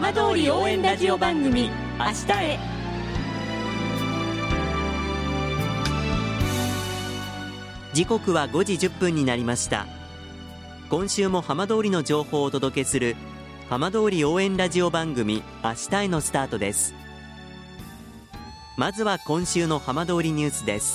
浜通り応援ラジオ番組明日へ。 時刻は5時10分になりました。今週も浜通りの情報をお届けする浜通り応援ラジオ番組明日へのスタートです。まずは今週の浜通りニュースです。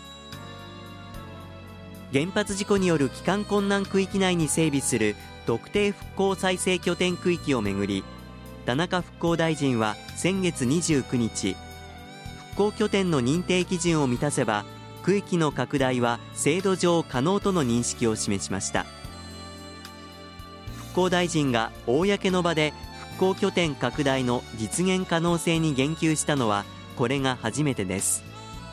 原発事故による帰還困難区域内に整備する特定復興再生拠点区域をめぐり、田中復興大臣は先月29日、復興拠点の認定基準を満たせば区域の拡大は制度上可能との認識を示しました。復興大臣が公の場で復興拠点拡大の実現可能性に言及したのはこれが初めてです。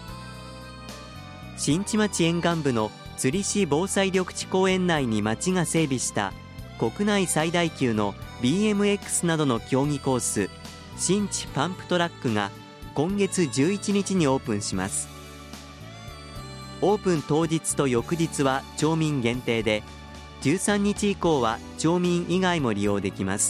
新地町沿岸部の釣り市防災緑地公園内に町が整備した国内最大級の BMX などの競技コース、新地パンプトラックが今月11日にオープンします。オープン当日と翌日は町民限定で、13日以降は町民以外も利用できます。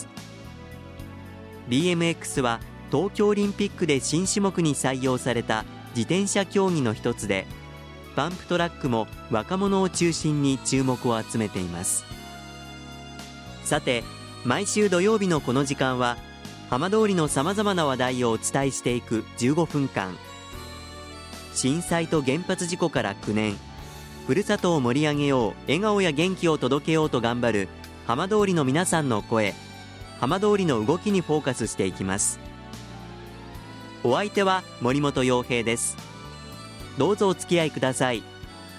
BMX は東京オリンピックで新種目に採用された自転車競技の一つで、パンプトラックも若者を中心に注目を集めています。さて、毎週土曜日のこの時間は浜通りのさまざまな話題をお伝えしていく15分間。震災と原発事故から9年、ふるさとを盛り上げよう、笑顔や元気を届けようと頑張る浜通りの皆さんの声、浜通りの動きにフォーカスしていきます。お相手は森本洋平です。どうぞお付き合いください。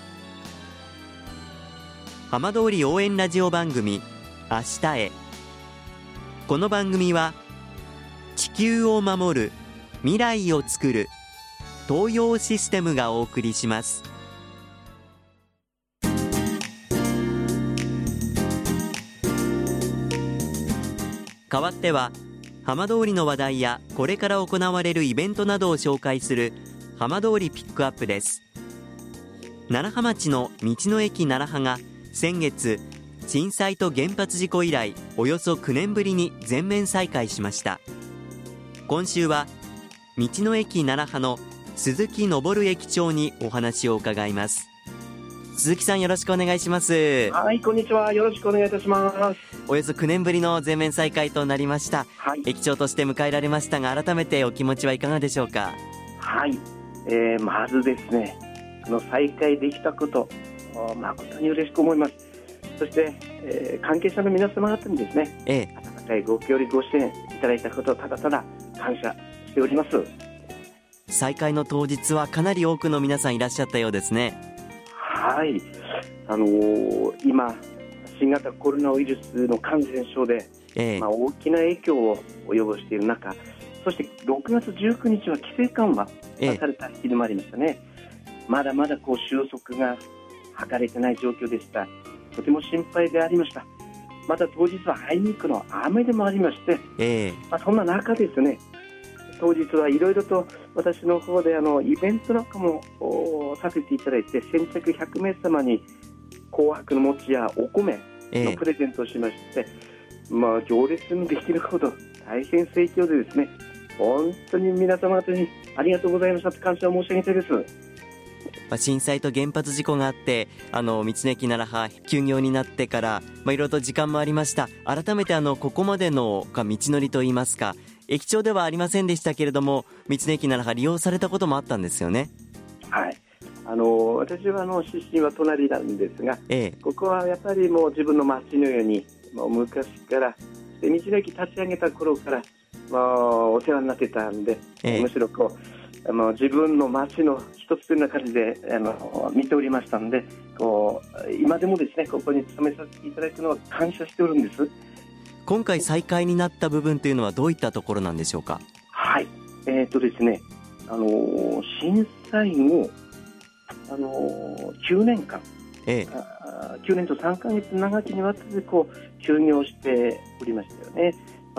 浜通り応援ラジオ番組明日へ。この番組は地球を守る、未来をつくる東洋システムがお送りします。代わっては浜通りの話題やこれから行われるイベントなどを紹介する浜通りピックアップです。楢葉町の道の駅楢葉が先月、震災と原発事故以来およそ9年ぶりに全面再開しました。今週は道の駅楢葉の鈴木昇駅長にお話を伺います。鈴木さん、よろしくお願いします。 はい、こんにちは。よろしくお願いいたします。 およそ9年ぶりの全面再開となりました、はい、駅長として迎えられましたが、改めてお気持ちはいかがでしょうか。 はい、まずですね、再開できたこと誠に嬉しく思います。そして、関係者の皆様方にですね、温かいご協力ご支援いただいたことをただただ感謝しております。 再開の当日はかなり多くの皆さんいらっしゃったようですね。 はい、今新型コロナウイルスの感染症で、大きな影響を及ぼしている中、そして6月19日は規制緩和された日でもありましたね。まだまだ収束が図れてない状況でした。とても心配でありました。また当日はあいにくの雨でもありまして、そんな中ですね、当日はいろいろと私の方でイベントなんかもさせていただいて、先着100名様に紅白の餅やお米のプレゼントをしまして、行列にできるほど大変盛況でですね、本当に皆様方にありがとうございましたと感謝を申し上げたいです。 震災と原発事故があって、道の駅楢葉休業になってから、いろいろと時間もありました。改めてここまでの道のりといいますか、駅長ではありませんでしたけれども、道の駅楢葉利用されたこともあったんですよね。 はい、私は出身は隣なんですが、ここはやっぱりもう自分の町のように、もう昔から道の駅立ち上げた頃からお世話になってたんで、むしろ自分の町の一つというような感じで見ておりましたので、今でもですね、ここに勤めさせていただくのは感謝しておるんです。 今回再開になった部分というのはどういったところなんでしょうか。 はい、ですね、震災後9年間、9年と3ヶ月長きにわたって休業しておりましたよね。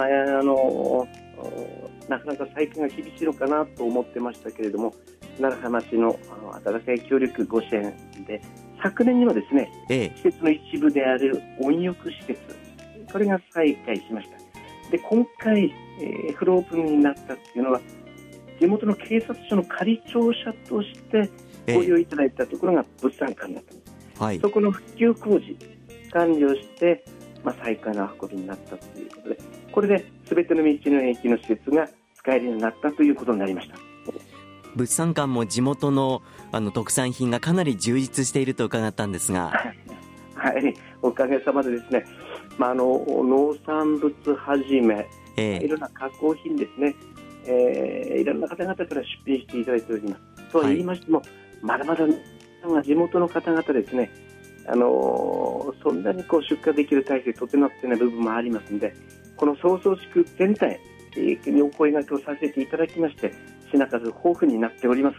なかなか再開が厳しいのかなと思ってましたけれども、楢葉町の温かい協力ご支援で、昨年にはですね、施設の一部である温浴施設、これが再開しました。 で今回、フルオープンになったっていうのは地元の警察署の仮庁舎としてご利用いただいたところが物産館だったんです、はい、そこの復旧工事完了して、再開の運びになったということで、これで全ての道の駅の施設が使えるようになったということになりました。 物産館も地元の特産品がかなり充実していると伺ったんですがはい、おかげさまでですね、農産物はじめ、いろんな加工品ですね、いろんな方々から出品していただいております。とは言いましても、まだまだ地元の方々ですね、そんなに出荷できる体制整っていない部分もありますので、この早々地区全体にお声掛けをさせていただきまして、品数豊富になっております。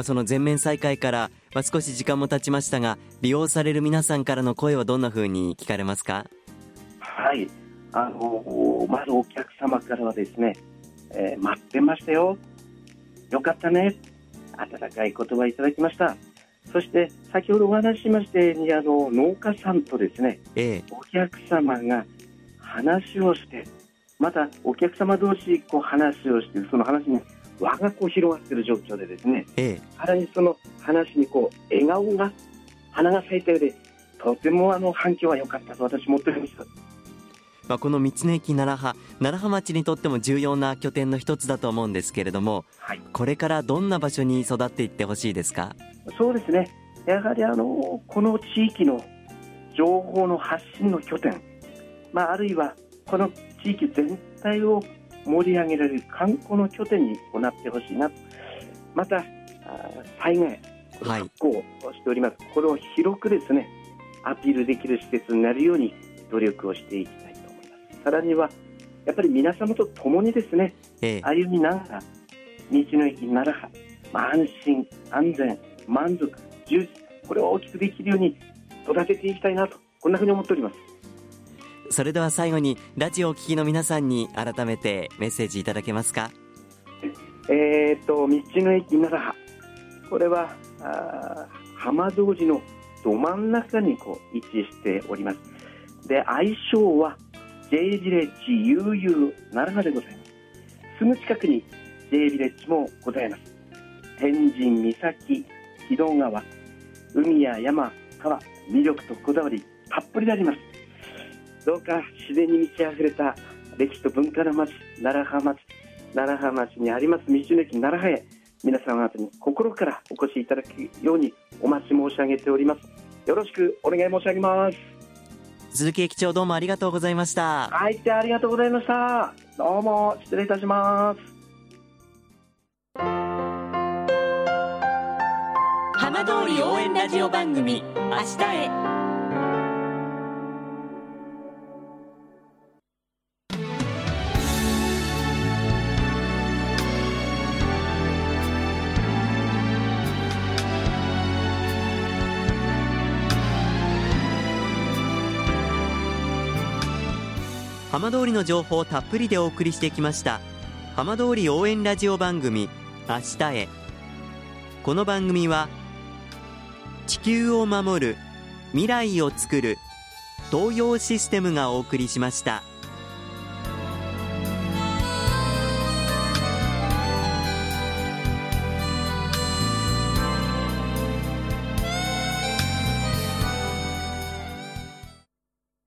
その全面再開から、少し時間も経ちましたが、利用される皆さんからの声はどんな風に聞かれますか？ はい、まずお客様からはですね、待ってましたよ、よかったね、温かい言葉いただきました。そして先ほどお話ししましたように農家さんとですね、お客様が話をして、またお客様同士話をして、その話に輪が広がっている状況でですね、さらにその話に笑顔が花が咲いたようで、とても反響は良かったと私思っております。 この道の駅楢葉町にとっても重要な拠点の一つだと思うんですけれども、はい、これからどんな場所に育っていってほしいですか？ そうですね、やはりこの地域の情報の発信の拠点、あるいはこの地域全体を盛り上げられる観光の拠点になってほしいなと。また災害復興をしております、これを広くですねアピールできる施設になるように努力をしていきたいと思います。さらにはやっぱり皆様と共にですね、歩みながら道の駅楢葉、安心安全満足充実、これを大きくできるように育てていきたいなと、こんなふうに思っております。 それでは最後にラジオをお聞きの皆さんに改めてメッセージいただけますか？ 道の駅楢葉、これは浜通りのど真ん中に位置しております。で、愛称は J ビレッジ悠々楢葉でございます。すぐ近くに J ビレッジもございます。天神、岬、木戸川、海や山、川、魅力とこだわりたっぷりであります。どうか自然に満ち溢れた歴史と文化の町楢葉町にあります道の駅楢葉へ、皆様方に心からお越しいただくようにお待ち申し上げております。よろしくお願い申し上げます。 鈴木駅長、どうもありがとうございました。 はい、ありがとうございました。どうも失礼いたします。 浜通り応援ラジオ番組、明日へ。 浜通りの情報をたっぷりでお送りしてきました浜通り応援ラジオ番組、明日へ。この番組は地球を守る、未来をつくる東洋システムがお送りしました。